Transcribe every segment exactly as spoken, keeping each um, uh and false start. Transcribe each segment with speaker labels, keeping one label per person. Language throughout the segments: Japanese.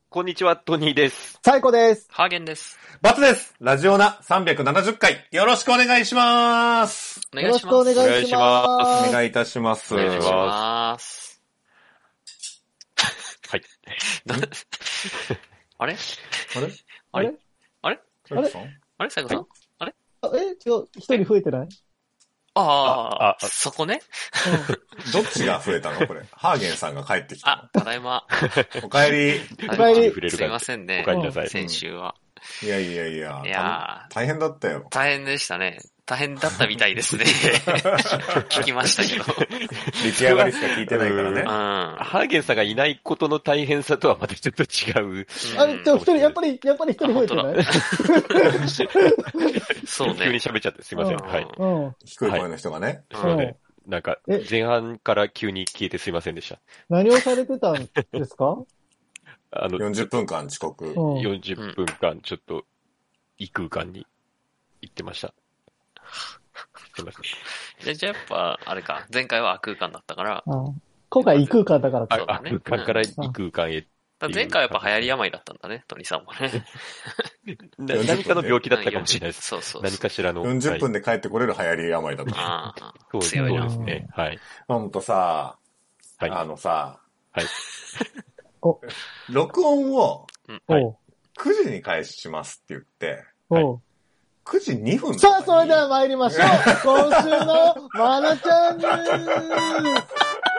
Speaker 1: こんにちは、トニーです。
Speaker 2: 最高です。
Speaker 3: ハーゲンです。
Speaker 4: バツです。ラジオナさんびゃくななじゅっかい、よろしくお願いします。
Speaker 3: お願いします。よろしく
Speaker 2: お願いします。
Speaker 4: お願いいたします。
Speaker 3: お願いします。
Speaker 1: はい。
Speaker 3: あれ
Speaker 4: あれ
Speaker 3: あれあれ
Speaker 2: あれ
Speaker 3: あれ最後さん、はい、あれ
Speaker 2: あえ違う、一人増えてない
Speaker 3: ああ、あそこね。
Speaker 4: どっちが増えたのこれ。ハーゲンさんが帰ってきたの。
Speaker 3: あ、ただいま。
Speaker 4: お帰り。
Speaker 2: お帰り。
Speaker 3: すいませんね。
Speaker 1: お帰りなさい。
Speaker 3: 先週は。
Speaker 4: いやいやいや。
Speaker 3: いや
Speaker 4: 大変だったよ。
Speaker 3: 大変でしたね。大変だったみたいですね。聞きましたけど。
Speaker 4: 出来上がりしか聞いてないからね。うん。
Speaker 1: ハーゲンさんがいないことの大変さとはまたちょっと違う。
Speaker 2: あれ、じゃあ一人、やっぱり、やっぱり一人増えてない
Speaker 3: そうね。
Speaker 1: 急に喋っちゃってすいません。はい。
Speaker 2: うん。
Speaker 4: 低い声の人がね。
Speaker 1: すいません。なんか、前半から急に消えてすいませんでした。
Speaker 2: 何をされてたんですか
Speaker 1: あの、
Speaker 4: よんじゅっぷんかん遅刻。
Speaker 1: よんじゅっぷんかんちょっと、異空間に行ってました。すいません。
Speaker 3: じゃあやっぱ、あれか、前回は空間だったから。
Speaker 2: 今回異空間だからか。
Speaker 1: あ、空間から異空間へ。
Speaker 3: 前回はやっぱ流行り病だったんだね、トニーさんもね。
Speaker 1: 何かの病気だったかもしれないです。
Speaker 3: そうそう。
Speaker 1: 何かしらの。
Speaker 4: よんじゅっぷんで帰ってこれる流行り病だった。
Speaker 3: ああ、
Speaker 1: そうですね。はい。
Speaker 4: ほんとさ、
Speaker 1: はい、
Speaker 4: あのさ、
Speaker 1: はい。
Speaker 2: お
Speaker 4: 録音を、
Speaker 1: はい、
Speaker 4: くじに開始しますって言って、
Speaker 2: はい、
Speaker 4: くじにふん。
Speaker 2: さあ、それでは参りましょう。今週のマナちゃんニュース。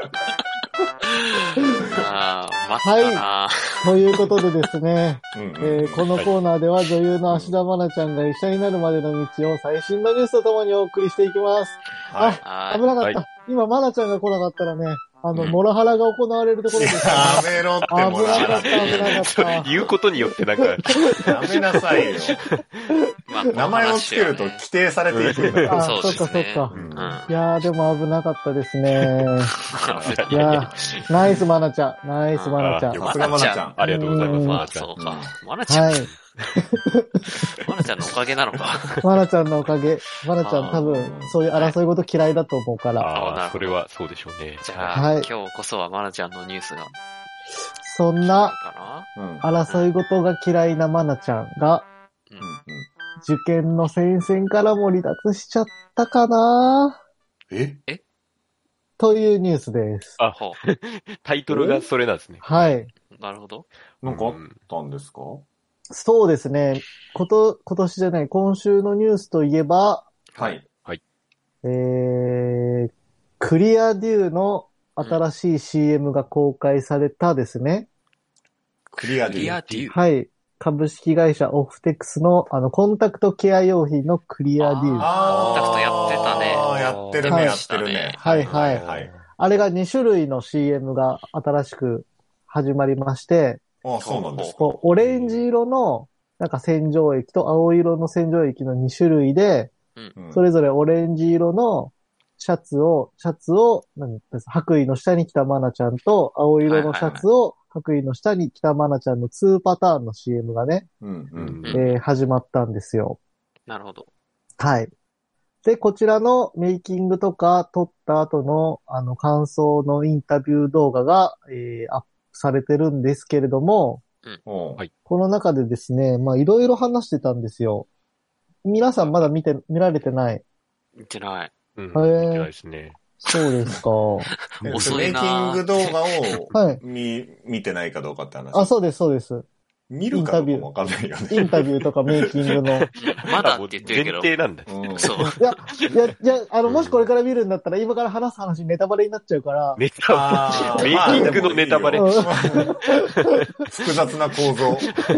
Speaker 3: ああ、待ったな、
Speaker 2: はい。ということでですね、
Speaker 4: うんうん
Speaker 2: えー、このコーナーでは女優の芦田愛菜ちゃんが医者になるまでの道を最新のニュースとともにお送りしていきます。
Speaker 4: はい、
Speaker 2: あ、危なかった。はい、今、愛菜ちゃんが来なかったらね、あの、
Speaker 3: うん、
Speaker 2: モラハラが行われるところです、
Speaker 4: ね。やめろって、
Speaker 2: 危なかった、危なかった。
Speaker 1: 言うことによってなんか。
Speaker 4: やめなさいよ。まあ、名前をつけると規定されていくんだから。
Speaker 2: あ、そっかそっか。うん、いやー、でも危なかったですね。いやー、ナイスマナちゃん。ナイスマナちゃん。
Speaker 4: さすがマナちゃん。
Speaker 1: ありがとうございます。
Speaker 3: まあ、そうか。マナちゃん。はい。マナちゃんのおかげなのか。
Speaker 2: マナちゃんのおかげ。マナちゃん多分、そういう争い事嫌いだと思うから。
Speaker 1: ああ、それはそうでしょうね。
Speaker 3: じゃあ、はい、今日こそはマナちゃんのニュースが。
Speaker 2: そんな、争い事が嫌いなマナちゃんが、うんうん、受験の戦線からも離脱しちゃったかな
Speaker 4: え
Speaker 3: え
Speaker 2: というニュースです。
Speaker 1: あ、ほう。タイトルがそれなんですね。
Speaker 2: はい。
Speaker 3: なるほど。
Speaker 4: なんかあったんですか？
Speaker 2: そうですね。こと、今年じゃない、今週のニュースといえば、
Speaker 4: はい。
Speaker 1: はい。
Speaker 2: えー、クリアデューの新しい シーエム が公開されたですね。
Speaker 4: クリアデュー。
Speaker 3: クリアデュー。
Speaker 2: はい。株式会社オフテックスの、あの、コンタクトケア用品のクリアデュー。
Speaker 3: ああ、コンタクトやってたね。
Speaker 4: ああ、やってるね、やってるね。
Speaker 2: はいはい、はい。あれがに種類の シーエム が新しく始まりまして、
Speaker 4: ああ、そうなんですか。
Speaker 2: オレンジ色の、なんか洗浄液と青色の洗浄液のに種類で、うん、それぞれオレンジ色のシャツを、シャツを、何白衣の下に着たマナちゃんと、青色のシャツを白衣の下に着たマナちゃんのにパターンの シーエム がね、うんうんえー、始まったんですよ。
Speaker 3: なるほど。
Speaker 2: はい。で、こちらのメイキングとか撮った後の、あの、感想のインタビュー動画が、えー、アップされてるんですけれども、うん、この中でですね、まあ、いろいろ話してたんですよ。皆さんまだ見て、見られてない？
Speaker 3: 見てない。
Speaker 1: うん、見てないですね。
Speaker 2: そうですか。
Speaker 3: 遅いな。
Speaker 4: メイキング動画を、はい、見、見てないかどうかって話。
Speaker 2: あ、そうです、そうです。
Speaker 4: 見るかどうかもわかんないよね。
Speaker 2: インタビューとかメイキングの。
Speaker 3: まだって言ってるけど。
Speaker 1: 限定なんだ。
Speaker 3: うん、そう。
Speaker 2: いや、いや、じゃあ、あの、もしこれから見るんだったら、今から話す話ネタバレになっちゃうから。
Speaker 1: ネタバレメイキングのネタバレ。
Speaker 4: 複雑な構造。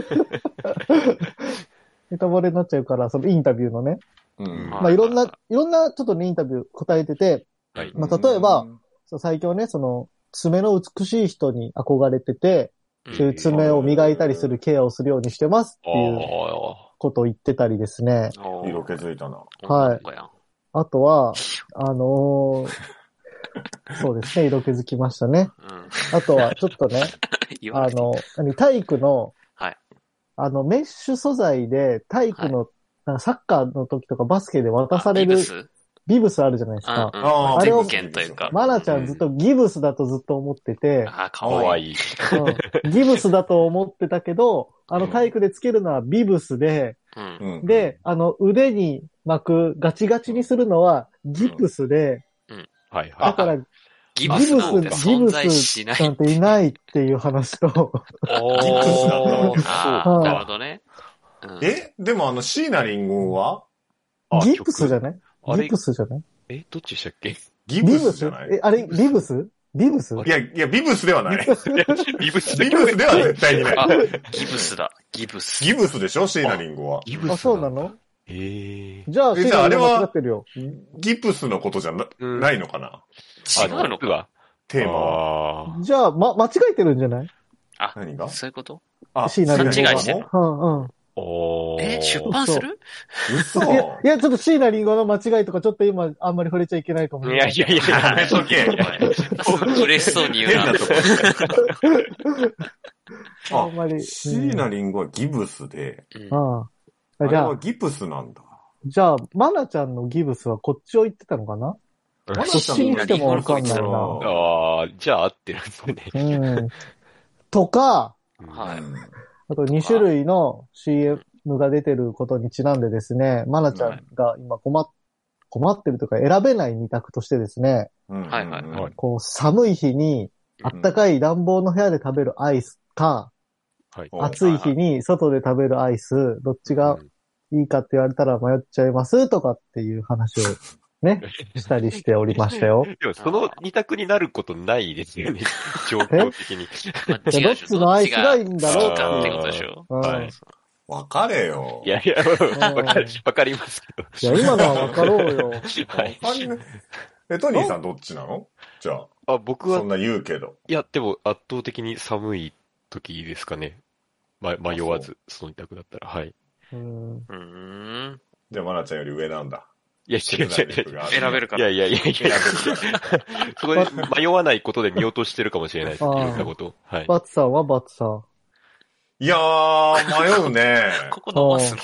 Speaker 2: ネタバレになっちゃうから、そのインタビューのね。うん、まあ、いろんな、いろんなちょっとね、インタビュー答えてて、はい、まあ、例えば、最近はね、その、爪の美しい人に憧れてて、そういう爪を磨いたりするケアをするようにしてますっていうことを言ってたりですね。
Speaker 4: 色気づいたな。
Speaker 2: はい。あとは、あのー、そうですね、色気づきましたね。うん、あとは、ちょっとね、あの、体育の、はい、あの、メッシュ素材で体育の、なんかサッカーの時とかバスケで渡される、 ビブスあるじゃないですか。
Speaker 3: うんうん、
Speaker 2: あれを、
Speaker 3: というか。
Speaker 2: マナちゃんずっとギブスだとずっと思ってて。
Speaker 3: あ、かわいい。
Speaker 2: うん、ギブスだと思ってたけど、あの体育でつけるのはビブスで、うん、で、あの腕に巻くガチガチにするのはギプスで、
Speaker 3: うんうん、
Speaker 1: はいはい。
Speaker 2: だから、
Speaker 3: ギブスなんて存在しない。
Speaker 2: ギブスなんていないっていう話と。
Speaker 4: おー。
Speaker 3: ああ、なるほどね。
Speaker 4: うん、えでもあの椎名林檎は
Speaker 2: ギプスじゃないギプスじゃない
Speaker 1: えどっちでしたっけ
Speaker 4: ギブスじゃない
Speaker 2: え、あれ、ビブスビブス
Speaker 4: いや、いや、ビブスではない。
Speaker 1: ビブス
Speaker 4: ビブスでは絶対にない。
Speaker 3: あ、ギブスだ。ギブス。
Speaker 4: ギブスでしょ椎名林檎は。
Speaker 1: ギブス。
Speaker 2: あ、そうなの
Speaker 1: へえ。
Speaker 2: じゃあ、椎名林檎間違ってるよ。
Speaker 4: ギプスのことじゃ な,、うん、ないのかな
Speaker 3: 違うのか。
Speaker 4: テーマは。
Speaker 2: じゃあ、ま、間違えてるんじゃない
Speaker 3: あ、
Speaker 4: 何が
Speaker 3: そういうこと
Speaker 2: あ、椎名林檎。
Speaker 3: 勘違いしてる。
Speaker 2: うんうん。
Speaker 1: お
Speaker 3: え、出版する
Speaker 4: 嘘
Speaker 2: いや、いや、ちょっと椎名林檎の間違いとかちょっと今あんまり触れちゃいけないかもしれない。
Speaker 1: いやいやいや、
Speaker 4: やめとけ。
Speaker 3: 嬉しそうに言うな。
Speaker 4: 変なとこ。
Speaker 2: あんまり。
Speaker 4: 椎名林檎はギブスで。
Speaker 2: うん。あ
Speaker 4: あれはギプスなんだ。
Speaker 2: じゃあ、マナちゃんのギブスはこっちを言ってたのかな
Speaker 4: マナ
Speaker 2: ちゃんにしてもわかんないな。
Speaker 1: ああ、じゃあ合ってるんですね。
Speaker 2: うん。とか、
Speaker 3: はい。
Speaker 2: あとに種類の シーエム が出てることにちなんでですね、マナちゃんが今困っ、困ってるというか選べない二択としてですね、
Speaker 3: はいはいはい。
Speaker 2: こう寒い日にあったかい暖房の部屋で食べるアイスか、
Speaker 1: はい、
Speaker 2: 暑い日に外で食べるアイス、どっちがいいかって言われたら迷っちゃいますとかっていう話をね、したりしておりましたよ。
Speaker 1: でもその二択になることないですよね。状況的に。
Speaker 2: どっちのアイスがいいんだろう
Speaker 3: かってことでしょ。
Speaker 1: はい。
Speaker 4: わかれよ。
Speaker 1: いやいや、わかる、わかりますけ
Speaker 2: ど。いや、今のはわかろうよ。
Speaker 1: はい。
Speaker 4: え、トニーさんどっちなのじゃあ。
Speaker 1: あ、僕は。
Speaker 4: そんな言うけど。
Speaker 1: いや、でも圧倒的に寒い時ですかね。ま、迷わず、その二択だったら、はい。
Speaker 2: うん。
Speaker 3: うん。
Speaker 4: じゃあ、マナちゃんより上なんだ。
Speaker 1: いや、違う違う違う。
Speaker 3: 選べるから。
Speaker 1: いやいやいやいや。そこで迷わないことで見落としてるかもしれないです。いろんなこと。はい。
Speaker 2: バツさんはバツさん。
Speaker 4: いやー、迷うね。
Speaker 3: ここ伸ばす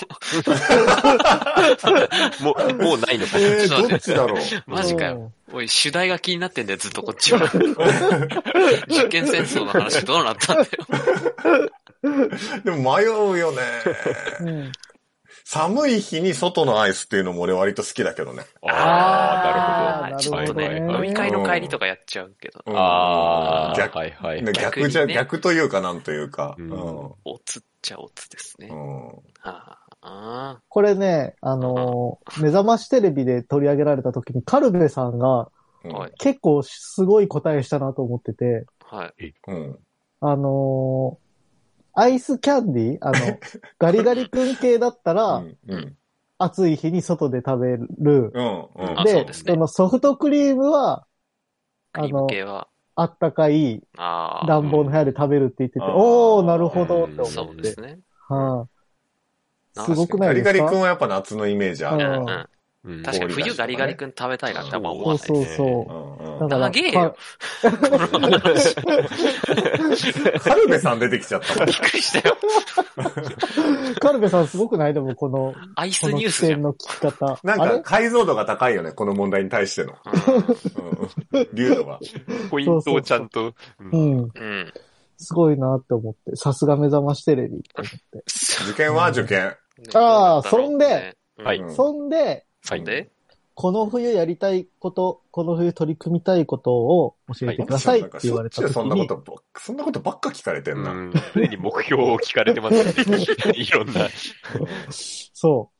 Speaker 1: のもう、もうないのか。
Speaker 4: えー、どっちだろう。
Speaker 3: マジかよ。おい、主題が気になってんだよ、ずっとこっちは。受験戦争の話どうなったんだよ。
Speaker 4: でも迷うよね。
Speaker 2: うん
Speaker 4: 寒い日に外のアイスっていうのも俺割と好きだけどね。
Speaker 1: ああ、なるほど。
Speaker 3: ちょっとね、飲み会の帰りとかやっちゃうけど。
Speaker 1: ああ、
Speaker 4: 逆、
Speaker 1: はいはい。
Speaker 4: 逆じゃ、逆というかなんというか。
Speaker 3: おつっちゃおつですね。
Speaker 2: これね、あの、目覚ましテレビで取り上げられた時にカルベさんが結構すごい答えしたなと思ってて。
Speaker 3: はい。
Speaker 2: あのー、アイスキャンディーあの、ガリガリ君系だったら、うんうん、暑い日に外で食べる。
Speaker 4: うんうん、
Speaker 2: で、そ, そのソフトクリームは、
Speaker 3: あの、
Speaker 2: あったかい暖房の部屋で食べるって言ってて、おー、なるほどって思って。
Speaker 3: そうですね。
Speaker 2: はあ、すごくないですか？
Speaker 4: ガリガリ君はやっぱ夏のイメージある。
Speaker 3: うんうんうん、確かに冬ガリガリ君食べたいなってあんま思わないです
Speaker 2: ね。そうそうそう。
Speaker 3: だから長えよ。
Speaker 4: カルベさん出てきちゃった。
Speaker 3: びっくりしたよ。
Speaker 2: カルベさんすごくないでもこの、
Speaker 3: アイスニュースじゃん。
Speaker 2: の聞き方。
Speaker 4: なんか解像度が高いよね、この問題に対しての。うん、流度が。
Speaker 1: ポイントをちゃんと。
Speaker 2: うん。うん。すごいなって思って。さすが目覚ましテレビって思って。
Speaker 4: 受験は受験。
Speaker 2: ああ、そんで、
Speaker 1: はい。
Speaker 2: そんで、
Speaker 3: そんで、
Speaker 2: この冬やりたいこと、この冬取り組みたいことを教えてくださいって言われた時に。
Speaker 4: そんなこと、そんなことばっか聞かれてんな。
Speaker 1: うん。常に目標を聞かれてますね。いろんな。
Speaker 2: そう。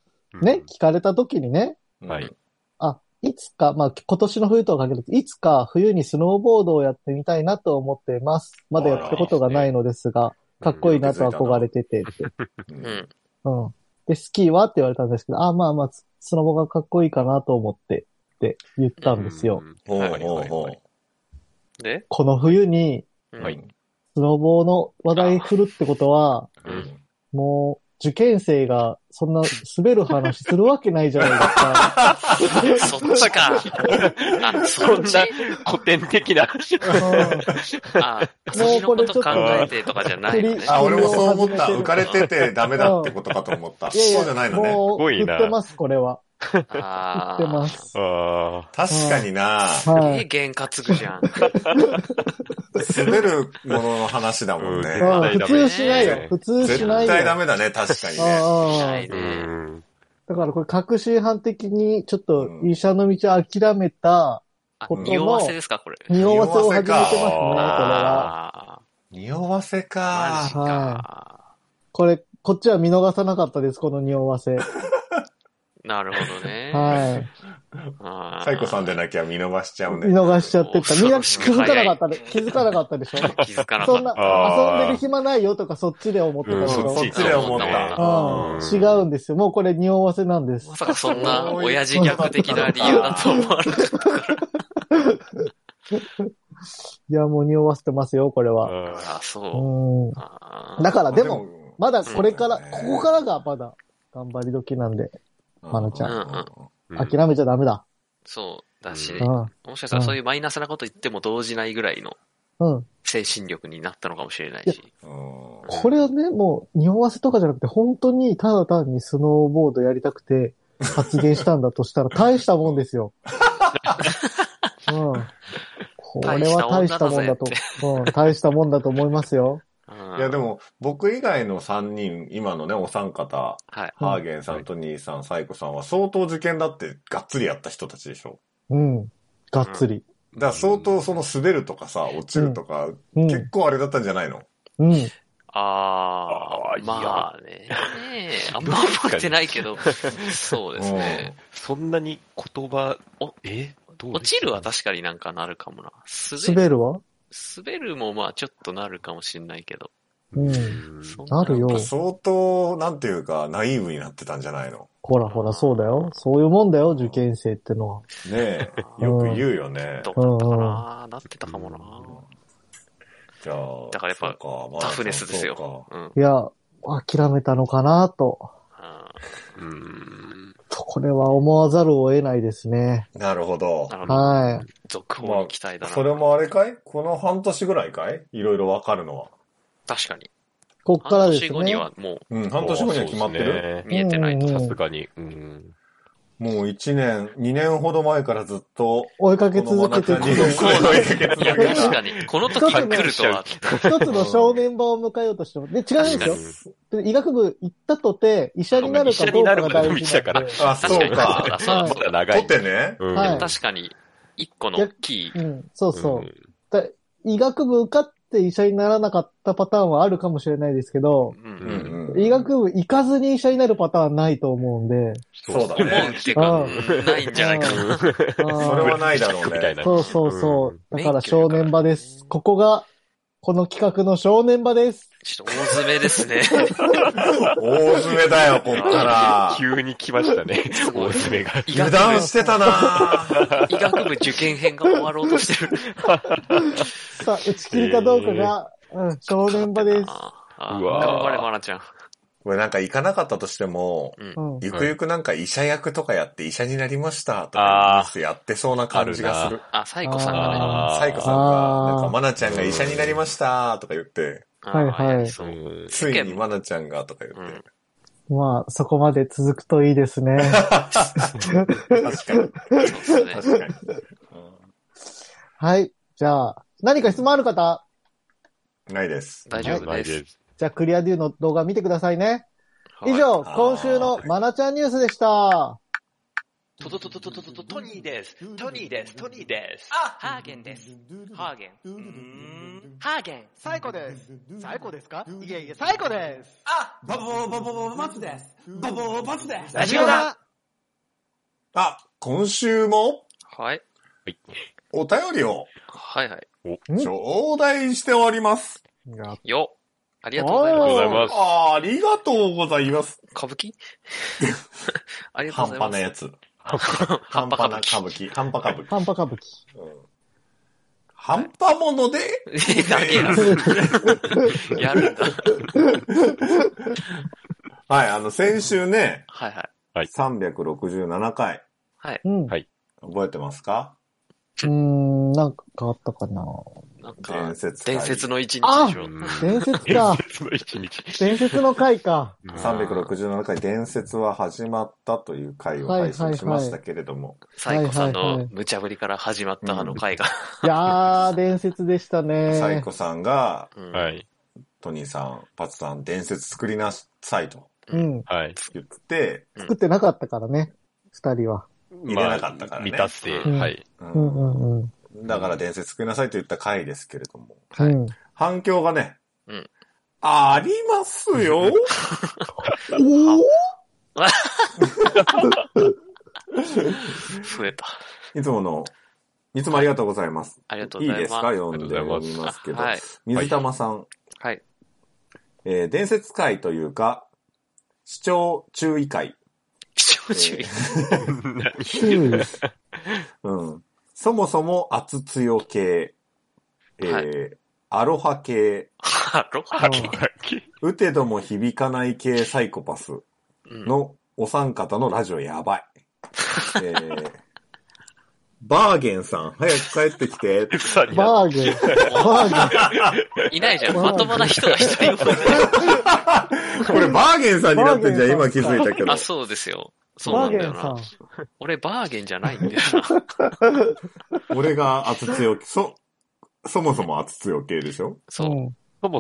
Speaker 2: ね、聞かれた時にね。
Speaker 1: はい。
Speaker 2: あ、いつか、まあ今年の冬とは限らず、いつか冬にスノーボードをやってみたいなと思っています。まだやったことがないのですが、かっこいいなと憧れててって。
Speaker 3: うん。
Speaker 2: うん。で、スキーはって言われたんですけど、あ、まあまあ、スノボがかっこいいかなと思ってって言ったんですよ。
Speaker 4: はいはいはい。
Speaker 3: で、
Speaker 2: この冬に、
Speaker 1: はい。
Speaker 2: スノボの話題振るってことは、うん、もう、受験生がそんな滑る話するわけないじゃないです
Speaker 3: か。そっちか。あ、そんな
Speaker 1: 古典的な。
Speaker 3: あ、もうこれちょっと考えてとかじゃないのね。
Speaker 4: あ、俺もそう思った。浮かれててダメだってことかと思った。
Speaker 2: いやいや
Speaker 4: そうじゃないのね。
Speaker 2: もう、振ってます、これは。
Speaker 3: あ
Speaker 2: 言ってます。
Speaker 1: あ
Speaker 4: 確かにな、
Speaker 2: はい。
Speaker 3: え、験担ぐじゃん。
Speaker 4: 滑るものの話だもんね。
Speaker 2: うん、普通しないよ。普通しないよ。
Speaker 4: 絶対ダメだね、確かにね。
Speaker 3: しないね。
Speaker 2: だからこれ確信犯的にちょっと医者の道を諦めたことの、
Speaker 3: 匂わせですか、これ。
Speaker 2: 匂わせを始めてますね、これは。
Speaker 4: 匂わせか。
Speaker 3: マジか。
Speaker 2: はい。これ、こっちは見逃さなかったです、この匂わせ。
Speaker 3: なるほどね。
Speaker 2: はい。
Speaker 4: サイコさんでなきゃ見逃しちゃうね。
Speaker 2: 見逃しちゃってた。みんな気づかなかったで、気づかなかったでしょ
Speaker 3: 気づかなかった。
Speaker 2: そんな、遊んでる暇ないよとかそっちで思ってたでしょ、
Speaker 4: うん、そっちで思った。
Speaker 2: うん。違うんですよ。もうこれ匂わせなんです。
Speaker 3: まさかそんな親父ギャグ的な理由だと思わなかったから。
Speaker 2: いや、もう匂わせてますよ、これは。
Speaker 3: あ、そう。
Speaker 2: うん。だからでも、まだこれから、ここからがまだ頑張り時なんで、まなちゃん。諦めちゃダメだ。
Speaker 3: そうだし、もしかしたらそういうマイナスなこと言っても動じないぐらいの精神力になったのかもしれないし。
Speaker 2: これはね、もう匂わせとかじゃなくて、本当にただ単にスノーボードやりたくて発言したんだとしたら大したもんですよ。うん。これは大したもんだと、うん、大したもんだと思いますよ。
Speaker 4: いやでも、僕以外のさんにん、今のね、お三方、はい、ハーゲンさんとニーさん、サイコさんは相当受験だってがっつりやった人たちでしょ。
Speaker 2: うん。がっつり。
Speaker 4: だから相当その滑るとかさ、落ちるとか、うん、結構あれだったんじゃないの？
Speaker 2: うん。
Speaker 3: あー、まあね。あんま覚えてないけど、そうですね。
Speaker 1: そんなに言葉、お、え
Speaker 3: どう落ちるは確かになんかなるかもな。
Speaker 2: 滑るは
Speaker 3: 滑るもまあちょっとなるかもしれないけど。
Speaker 2: うん。なるよ。
Speaker 4: 相当、なんていうか、ナイーブになってたんじゃないの？
Speaker 2: ほらほら、そうだよ。そういうもんだよ、受験生ってのは。
Speaker 4: ねえ、よく言うよね。
Speaker 3: どうだったかな、なってたかもな。
Speaker 4: じゃあ、
Speaker 3: だからやっぱ、タフネスですよ。
Speaker 2: いや、諦めたのかなと。
Speaker 3: うん。
Speaker 2: これは思わざるを得ないですね。
Speaker 4: なるほど。
Speaker 2: はい。
Speaker 3: 続報に期待だな。
Speaker 4: それもあれかい？この半年ぐらいかい？いろいろわかるのは。
Speaker 3: 確かに。
Speaker 2: こっからですね。
Speaker 3: 半年後にはも
Speaker 4: う。うん、半年後には決まってる？
Speaker 3: 見えてないと。
Speaker 1: さすがに。うん。
Speaker 4: もう一年、二年ほど前からずっと
Speaker 2: 追いかけ続けて
Speaker 3: る。いや、確かに。この時に来るとは。
Speaker 2: 一つの正念場を迎えようとしても。で、違うんですよ。医学部行ったとて、医者になるかどうかが大事だから。
Speaker 4: あ、そうか。
Speaker 3: そう
Speaker 1: まだ長い。
Speaker 4: とてね。
Speaker 3: 確かに、一個の大きい。
Speaker 2: そうそう。医学部受かって医者にならなかったパターンはあるかもしれないですけど、医学部行かずに医者になるパターンはないと思うんで。
Speaker 4: そうだね。
Speaker 3: ないんじゃないかな。
Speaker 4: それはないだろうね。
Speaker 2: そうそうそう。だから正念場です。ここが、この企画の正念場です。
Speaker 3: ちょっと大詰めですね。
Speaker 4: 大詰めだよ、こっから。
Speaker 1: 急に来ましたね。大詰めが。
Speaker 4: 油断してたな
Speaker 3: 医学部受験編が終わろうとしてる。
Speaker 2: さあ、打ち切りかどうかが、うん、正念場です。
Speaker 3: うわ頑張れ、まなちゃん。
Speaker 4: これなんか行かなかったとしても、うん、ゆくゆくなんか医者役とかやって医者になりましたとかニュースやってそうな感じがする。
Speaker 3: あ、サイコさんがね。
Speaker 4: サイコさんが、なんかマナちゃんが医者になりましたとか言って、
Speaker 2: はいはい。
Speaker 4: ついにマナちゃんがとか言って。
Speaker 2: うん、まあ、そこまで続くといいですね。
Speaker 4: 確かに。確かに。
Speaker 2: はい。じゃあ、何か質問ある方？
Speaker 4: ないです。
Speaker 3: 大丈夫です。
Speaker 2: じゃあ、クリアデューの動画見てくださいね。以上、今週のマナちゃんニュースでした。
Speaker 1: トトトトトトトトトニーです。トニーです。トニーです。
Speaker 3: あ、ハーゲンです。ハーゲン。うーん。ハーゲン。
Speaker 5: サイコです。サイコですか？いえいえ、サイコです。
Speaker 6: あ、バボーバボーバツです。バボーバツです。
Speaker 3: ラジオだ。
Speaker 4: あ、今週も
Speaker 3: はい。
Speaker 4: お便りを
Speaker 3: はいはい。
Speaker 4: 頂戴しております。
Speaker 3: よ。ありがとうございます。
Speaker 1: ありがとうございます。
Speaker 4: あありがとうございます。
Speaker 3: 歌舞伎ありがとうございます。
Speaker 4: 半端なやつ。
Speaker 3: 半端な
Speaker 4: 歌舞伎。半端歌舞伎。
Speaker 2: 半端歌舞伎。
Speaker 4: 半端もので
Speaker 3: だけやるんだ。
Speaker 4: はい、あの、先週ね。
Speaker 3: はいはい。
Speaker 1: はい。
Speaker 4: さんびゃくろくじゅうななかい。
Speaker 3: はい。
Speaker 2: うん。
Speaker 1: はい。
Speaker 4: 覚えてますか？
Speaker 2: うーん、なんかあったかな。
Speaker 3: なんか、
Speaker 4: 伝説
Speaker 3: 伝説の一日でしょ。
Speaker 2: 伝説か。
Speaker 1: 伝説の一日。
Speaker 2: 伝説の回か。
Speaker 4: さんびゃくろくじゅうななかい伝説は始まったという回を配信しましたけれども。
Speaker 3: サイコさんの無茶ぶりから始まったあの回が。
Speaker 2: いやー、伝説でしたね。
Speaker 4: サイコさんが、
Speaker 1: はい。
Speaker 4: トニーさん、パツさん、伝説作りなさいと。
Speaker 2: うん。
Speaker 1: はい。
Speaker 4: 言って、
Speaker 2: 作ってなかったからね、二人は。
Speaker 4: 入れなかったからね。
Speaker 1: 満たして、はい。
Speaker 2: うんうんうん。
Speaker 4: だから伝説作りなさいと言った回ですけれども。
Speaker 2: はい。
Speaker 4: 反響がね。
Speaker 3: うん。
Speaker 4: ありますよ。おー
Speaker 3: 増えた。
Speaker 4: いつもの、いつもありがとうございます。
Speaker 3: ありがとうございます。
Speaker 4: いいですか読んでみますけど。
Speaker 3: はい。
Speaker 4: 水玉さん。
Speaker 3: はい。
Speaker 4: えー、伝説会というか、視聴注意会。
Speaker 3: 視聴注意。
Speaker 2: 注意。
Speaker 4: うん。そもそも圧強系、えーはい、アロハ系、
Speaker 3: アロハ系、
Speaker 4: 打てども響かない系サイコパスのお三方のラジオやばい。えー、バーゲンさん、早く帰ってきて。
Speaker 2: バーゲン。バー
Speaker 3: ゲン。いないじゃん。まともな人が一人もいない。
Speaker 4: これバーゲンさんになってんじゃん、今気づいたけど。
Speaker 3: あ、そうですよ。そうなんだよな。俺バーゲンじゃないんだよな。
Speaker 4: 俺が圧強気、そ、そもそも圧強系でしょ？
Speaker 3: そう。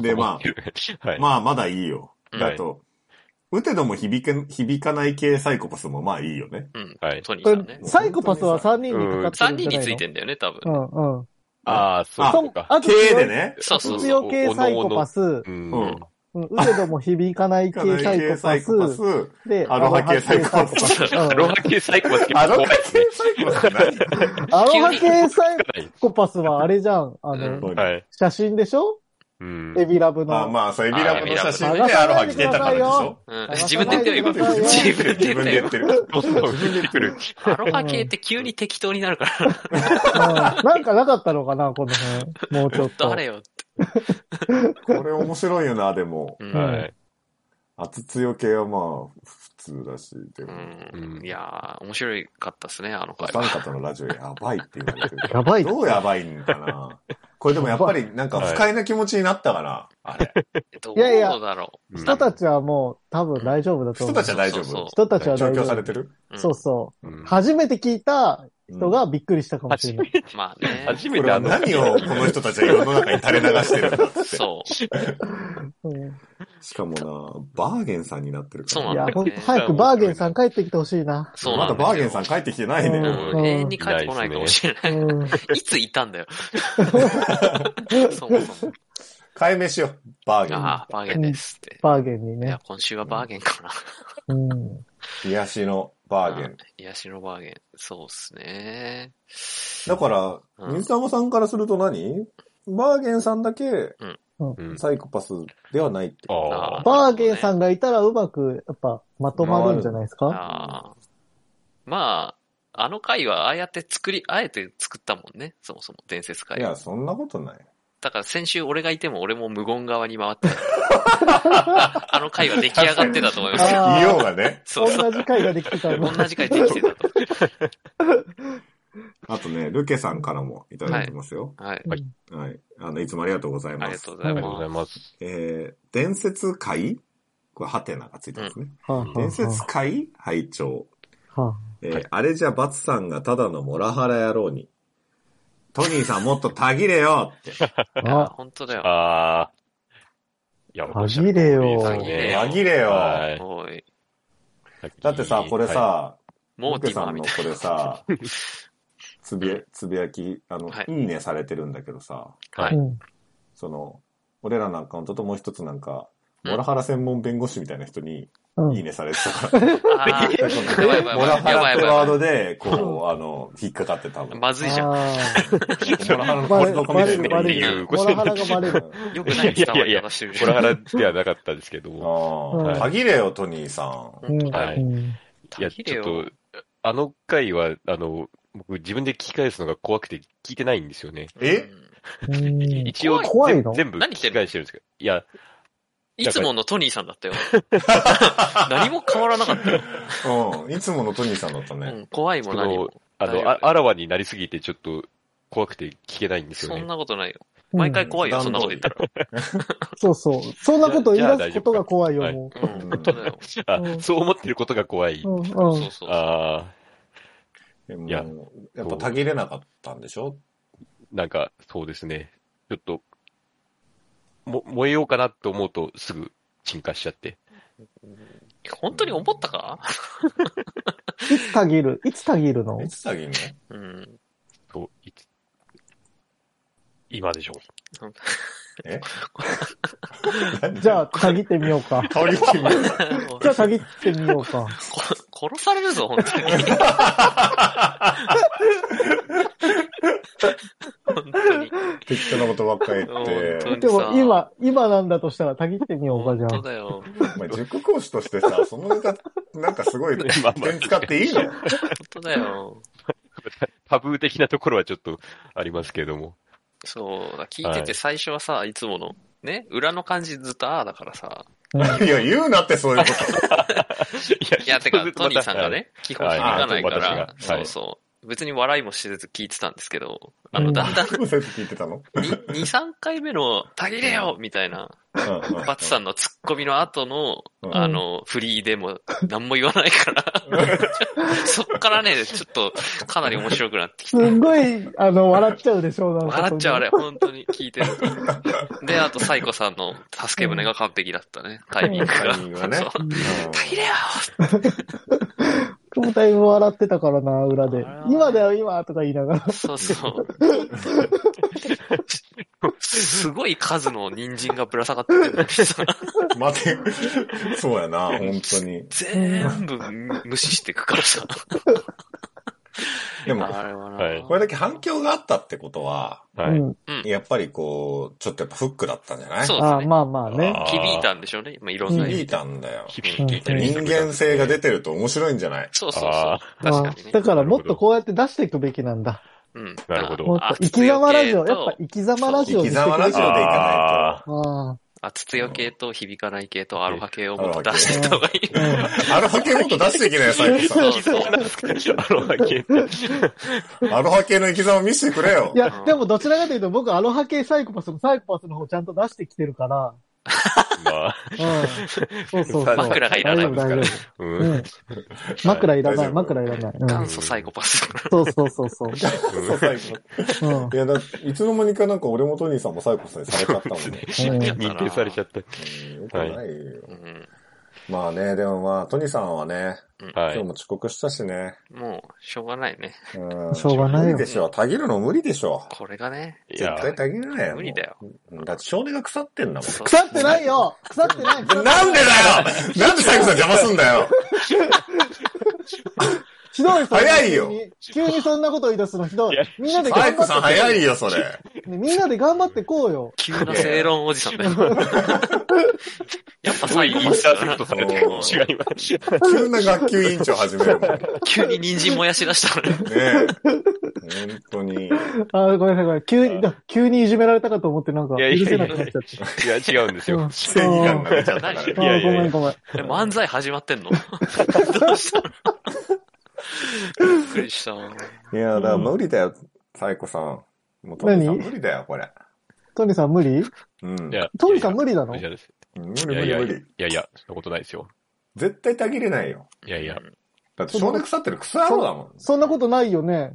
Speaker 4: で、まあ、はい、まあまだいいよ。だと、打てども響け、響かない系サイコパスもまあいいよね。
Speaker 3: うん。はい。トニーさんね。
Speaker 2: サイコパスはさんにんにかかってるんじゃないの？
Speaker 3: さんにんについてんだよね、多分。
Speaker 2: うんうん。
Speaker 1: ああ、そうか。
Speaker 4: 系でね。
Speaker 3: そうそうそう。
Speaker 2: 圧強系サイコパス。うん。うん、うてども響かない系サイコパス。で、
Speaker 4: アロハ系サイコパス。
Speaker 1: アロハ系サイコパス。
Speaker 4: アロハ系サイコパス何？
Speaker 2: アロハ系サイコパスはあれじゃん。あの、うんはい、写真でしょ？うん。エビラブの。
Speaker 4: あ、まあ、そう、エビラブの写真でアロハ着てたからでしょ？
Speaker 3: うん。自分で言ってるよ、今。自分で言ってる。
Speaker 1: どんどん自分で来る。
Speaker 3: アロハ系って急に適当になるか
Speaker 2: ら。うん。なんかなかったのかな、この辺。もうちょっと。
Speaker 3: 誰よって。
Speaker 4: これ面白いよな、でも。
Speaker 1: はい。
Speaker 4: 圧強系はまあ、普通だし、でも。
Speaker 3: うん。いやー、面白かったっすね、あの回。
Speaker 4: お三方のラジオやばいって言われてる。
Speaker 2: やばい
Speaker 4: どうやばいんかな。これでもやっぱりなんか不快な気持ちになったかな、あれ。
Speaker 3: どうだろ
Speaker 2: う。人たちはもう多分大丈夫だと思う。
Speaker 4: 人たちは大丈夫。
Speaker 2: 人たちは大丈夫。
Speaker 4: 調教されてる？
Speaker 2: そうそう。初めて聞いた人がびっくりしたかもしれない。
Speaker 3: まあね。
Speaker 4: 初めてあの何をこの人たちは世の中に垂れ流してるんだって。
Speaker 3: そう。
Speaker 4: しかもな、バーゲンさんになってるから。
Speaker 3: そうなんだ。
Speaker 2: いや、ほんと早くバーゲンさん帰ってきてほしいな。
Speaker 3: そう
Speaker 4: なんだ。まだバーゲンさん帰ってきてないね。
Speaker 3: 永遠に帰ってこないかもしれない。いついたんだよ。そもそも。
Speaker 4: 解明しよう。バーゲン。
Speaker 3: ああ、バーゲンですって。
Speaker 2: バーゲンにね。
Speaker 3: いや、今週はバーゲンかな。
Speaker 2: うん。
Speaker 4: 癒しのバーゲン。
Speaker 3: 癒しのバーゲン。そうっすね。
Speaker 4: だから、水玉さんからすると何？バーゲンさんだけ、サイコパスではないって。
Speaker 2: バーゲンさんがいたらうまく、やっぱ、まとまるんじゃないですか？
Speaker 3: あまあ、あの回はああやって作り、あえて作ったもんね。そもそも伝説回。
Speaker 4: いや、そんなことない。
Speaker 3: だから先週俺がいても俺も無言側に回ってあの回は出来上がってたと思いますよ。
Speaker 4: いようがね。
Speaker 2: そうそう。同じ回ができてた
Speaker 3: 同じ回できてたと。
Speaker 4: あとね、ルケさんからもいただいてますよ。
Speaker 3: はい。
Speaker 1: はい。
Speaker 4: はい。あの、いつもありがとうございます。
Speaker 3: ありがとうございます。
Speaker 1: ありがとうございます。
Speaker 4: えー、伝説会これ、ハテナがついてますね。
Speaker 2: うん、
Speaker 4: 伝説会拝聴。
Speaker 2: はあ
Speaker 4: えーはい、あれじゃバツさんがただのモラハラ野郎に。トニーさんもっとたぎれよって。
Speaker 3: あ、本当だよ。
Speaker 1: ああ。いや、
Speaker 2: たぎれよ。
Speaker 3: たぎれよ。
Speaker 4: たぎれよ。
Speaker 3: おい。
Speaker 4: だってさ、これさ、
Speaker 3: はい、
Speaker 4: モーティさんのこれさ、つぶや、つぶやき、あの、はい、いいねされてるんだけどさ、
Speaker 3: はい。
Speaker 4: その、俺らのアカウントともう一つなんか、モラハラ専門弁護士みたいな人に、いいねされてたから。モラハラってワードで、こう、あの、引っかかって多分。
Speaker 3: まずいじゃん。モラ
Speaker 4: ハラのコツのコミュニティ
Speaker 2: っていう。モラハラがバレる。
Speaker 3: よくない伝わり方してるじゃん。
Speaker 1: モラハラではなかったですけども。
Speaker 4: ああ。たぎれよ、トニーさん。
Speaker 1: はい。いや、ちょっと、あの回は、あの、僕自分で聞き返すのが怖くて聞いてないんですよね。
Speaker 4: え
Speaker 1: 一応、全部聞き返してるんですけど。いや、
Speaker 3: いつものトニーさんだったよ。何も変わらなかったよ。
Speaker 4: うん。いつものトニーさんだったね。うん、
Speaker 3: 怖いも何も。
Speaker 1: あの、あ、あらわになりすぎてちょっと怖くて聞けないんですよね。
Speaker 3: そんなことないよ。 毎回怖いよ、そんなこと言ったら。
Speaker 2: そうそう。そんなこと言い出すことが怖いよ、もう。
Speaker 3: うん、本当だよ。
Speaker 1: あ、そう思ってることが怖い。
Speaker 2: うん、うん。
Speaker 3: そうそう。
Speaker 1: ああ。
Speaker 4: でも、やっぱたぎれなかったんでしょ？
Speaker 1: なんか、そうですね。ちょっと、も、燃えようかなと思うとすぐ沈下しちゃって。
Speaker 3: 本当に思ったか？
Speaker 2: いつたぎるいつたぎるの
Speaker 4: いつたぎるの？
Speaker 3: うん。
Speaker 1: そう、いつ、今でしょ。
Speaker 4: え
Speaker 2: じゃあ、たぎってみようか。
Speaker 4: たぎってみようか。
Speaker 2: じゃあ、たぎってみようか。
Speaker 3: 殺されるぞ、本当に。本当に。
Speaker 4: 適当なことばっかり言って。
Speaker 2: でも、今、今なんだとしたら、たぎってみようか、じゃあ。
Speaker 3: 本当だよ。
Speaker 4: お前、塾講師としてさ、そのネタ、なんかすごい、点使っていいの？
Speaker 3: 本当だよ。
Speaker 1: タブー的なところはちょっとありますけれども。
Speaker 3: そう、聞いてて最初はさ、はい、いつもの、ね、裏の感じずっとああだからさ。
Speaker 4: いや、言うなってそういうこと。
Speaker 3: いや、てか、トニーさんがね、基本響かないから、そうそう。別に笑いもしせず聞いてたんですけど、あの、だんだん、
Speaker 4: 聞いてたの
Speaker 3: に、さんかいめの、たぎれよみたいな、バツさんのツッコミの後の、あの、フリーでも何も言わないから、そっからね、ちょっと、かなり面白くなってきて。
Speaker 2: すごい、あの、笑っちゃうでしょうな。
Speaker 3: 笑っちゃうあれ、本当に聞いてると。で、あと、サイコさんの助け舟が完璧だったね、タイミングが。タイミングがね。たぎれよ
Speaker 2: だいぶ笑ってたからな、裏で。今だよ、今とか言いながら。
Speaker 3: そうそう。すごい数の人参がぶら下がってるのにさ。
Speaker 4: 待て。そうやな、本当に。
Speaker 3: 全部無視していくからさ。
Speaker 4: でも、これだけ反響があったってことは、はい、やっぱりこう、ちょっとやっぱフックだったんじゃない？
Speaker 3: そうですね。
Speaker 2: まあまあね。
Speaker 3: 響いたんでしょうね。まあ、いろんな。
Speaker 4: 響いたんだよ。響いてる。人間性が出てると面白いんじゃない？
Speaker 3: そうそうそう。確かにね。
Speaker 2: だからもっとこうやって出していくべきなんだ。
Speaker 3: うん。
Speaker 1: なるほど。
Speaker 2: もっと生き様ラジオ、やっぱ生き様ラジオ
Speaker 4: 生き様ラジオでいかないと。
Speaker 3: あ、つつよ系と響かない系とアロハ系をもっと出してた方がいい。
Speaker 4: アロハ系もっと出していけないよ、最後さん。
Speaker 1: 生き様なんですか？アロハ系って。
Speaker 4: アロハ系の生き様見せてくれよ。
Speaker 2: いや、でもどちらかというと僕アロハ系サイコパスのサイコパスの方ちゃんと出してきてるから。
Speaker 1: まあ。
Speaker 2: うん。そうそうそう。
Speaker 3: 枕がいらない。
Speaker 2: 大丈夫、大丈夫。うん。枕いらない、枕いらない。
Speaker 3: 元祖サイコパス。
Speaker 2: そうそうそうそう。元
Speaker 4: 祖サイコパス。うん。いや、だいつの間にかなんか俺もトニーさんもサイコパスにされちゃったもんね。
Speaker 1: 認定されちゃった。
Speaker 4: よくないよ。まあね、でもまあ、トニーさんはね、今日も遅刻したしね。
Speaker 3: もう、しょうがないね。
Speaker 2: しょうがないよ。
Speaker 4: 無理でしょ。たぎるの無理でしょ。
Speaker 3: これがね。
Speaker 4: 絶対たぎれないよ。
Speaker 3: 無理だよ。
Speaker 4: だって少年が腐ってんだもん。
Speaker 2: 腐ってないよ腐ってない。なんでだよ
Speaker 4: なんでサイコさん邪魔すんだよ
Speaker 2: ひどい
Speaker 4: 早いよ
Speaker 2: 急にそんなこと言い出すのひどい。みんなで
Speaker 4: 頑張って。サイコさん早いよ、それ。
Speaker 2: みんなで頑張ってこうよ。
Speaker 3: 急な正論おじさんだよ。やっぱサイコ
Speaker 1: パスだな。とされてる。違います。
Speaker 4: 急な学級委員長始めるもん。
Speaker 3: 急に人参燃やし出したから
Speaker 4: ね。ねえ。本当に。
Speaker 2: あ、ごめんなさい、ごめん。急に、急にいじめられたかと思ってなんか、許せなくなっちゃって。
Speaker 1: いや、違うんですよ。
Speaker 4: 正義感が出ちゃったから。い
Speaker 2: やいやごめんごめん。
Speaker 3: 漫才始まってんの？どうしたの？びっくりした。
Speaker 4: いや、だから無理だよ、サイコさん。もうトニーさん無理だよ、これ。
Speaker 2: トニーさん無理？
Speaker 4: うん。
Speaker 2: トニーさん無理なの？
Speaker 4: 無理無理無理。
Speaker 1: いやいや、そんなことないですよ。
Speaker 4: 絶対たぎれないよ。
Speaker 1: いやいや。
Speaker 4: だって少年腐ってる草野郎だもん。
Speaker 2: そんなことないよね。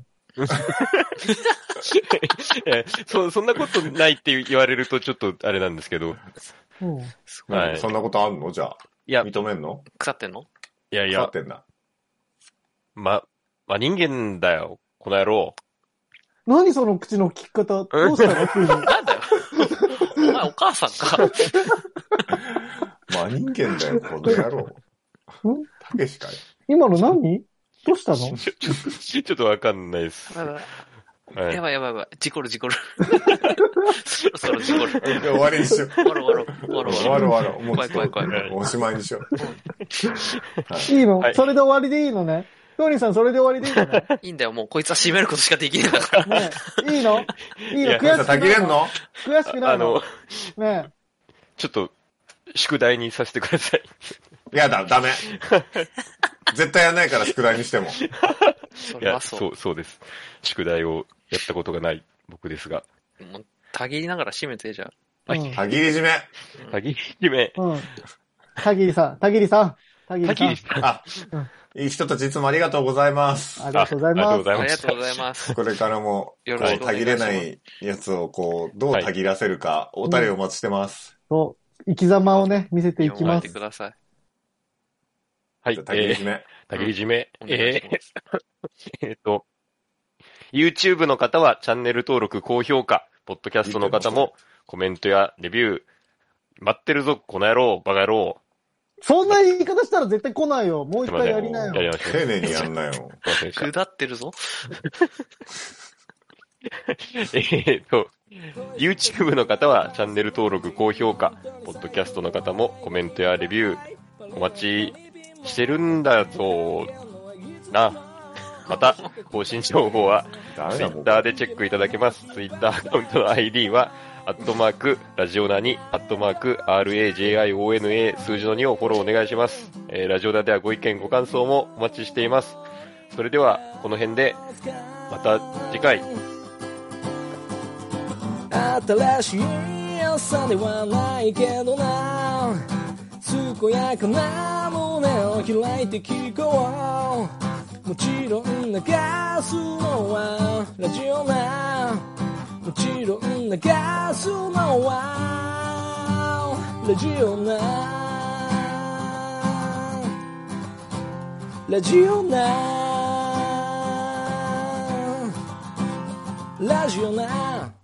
Speaker 1: そ, そんなことないって言われるとちょっとあれなんですけど。
Speaker 2: うん、
Speaker 4: はい、そんなことあんのじゃあ。いや。認めんの？
Speaker 3: 腐ってんの？
Speaker 1: いやいや。
Speaker 4: 腐ってんだ。
Speaker 1: ま、ま、人間だよ、この野郎。
Speaker 2: 何その口の聞き方、どうしたの急に。
Speaker 3: なんだよ。お前お母さんか。
Speaker 4: ま、人間だよ、この野郎。んたけしかい。
Speaker 2: 今の何？どうしたの？
Speaker 1: ちょ、ちょっとわかんないです。
Speaker 3: やばいやばいやばいやばい。事故る事故る。そろそろ事故る。
Speaker 4: 終わりにしよう。
Speaker 3: 終わろう終わろう。終わろう
Speaker 4: 終わろう終わろう。もう
Speaker 3: 怖い怖い怖い。
Speaker 4: おしまいにしよ
Speaker 2: う。いいの、はい、それで終わりでいいのね。トニーさんそれで終わりでいいのね。
Speaker 3: いいんだよ、もうこいつは締めることしかできないんだから。
Speaker 2: ねいいのいいの悔しくないの
Speaker 4: たぎれんの
Speaker 2: 悔しくないのね
Speaker 1: ちょっと、宿題にさせてください。
Speaker 4: いやだ、ダメ。絶対やんないから、宿題にしても。
Speaker 3: それはそう。
Speaker 1: そう、そうです。宿題をやったことがない僕ですが。
Speaker 3: たぎりながら締めて、じゃ
Speaker 2: あ。うん、
Speaker 4: たぎり締め。
Speaker 1: たぎり締め。
Speaker 2: うん。たぎりさん、たぎりさん。
Speaker 1: たぎりさん。
Speaker 4: あ、いい人たちいつもありがとうございます。
Speaker 2: ありがとうございます。
Speaker 3: ありがとうございます。
Speaker 4: これからも、こう、たぎれないやつを、こう、どうたぎらせるか、お便りお待ちしてます。
Speaker 2: そう、生き様をね、見せていきます。
Speaker 3: 読まれてください。
Speaker 1: はい。
Speaker 4: たぎり締め。
Speaker 1: たぎり締め。えー、えっと、YouTube の方はチャンネル登録、高評価、ポッドキャストの方もコメントやレビュー、待ってるぞ、この野郎、バカ野郎。
Speaker 2: そんな言い方したら絶対来ないよ。もう一回やりなよ。
Speaker 1: やりましょう。
Speaker 4: 丁寧にやんなよ。
Speaker 3: 下ってるぞ。
Speaker 1: えっと、YouTube の方はチャンネル登録、高評価、ポッドキャストの方もコメントやレビュー、お待ちしてるんだぞな。また、更新情報は Twitter でチェックいただけます。Twitter アカウントの アイディー は、アットマーク、ラジオナに、アットマーク、アールエージェイアイオーエヌエー、数字のにをフォローお願いします。えー、ラジオナではご意見、ご感想もお待ちしています。それでは、この辺で、また次回。
Speaker 7: 新しい朝ではないけどな、健やかな胸を開いて聞こう。もちろん流すのはラジオな、もちろん流すのはラジオな、ラジオな、ラジオな。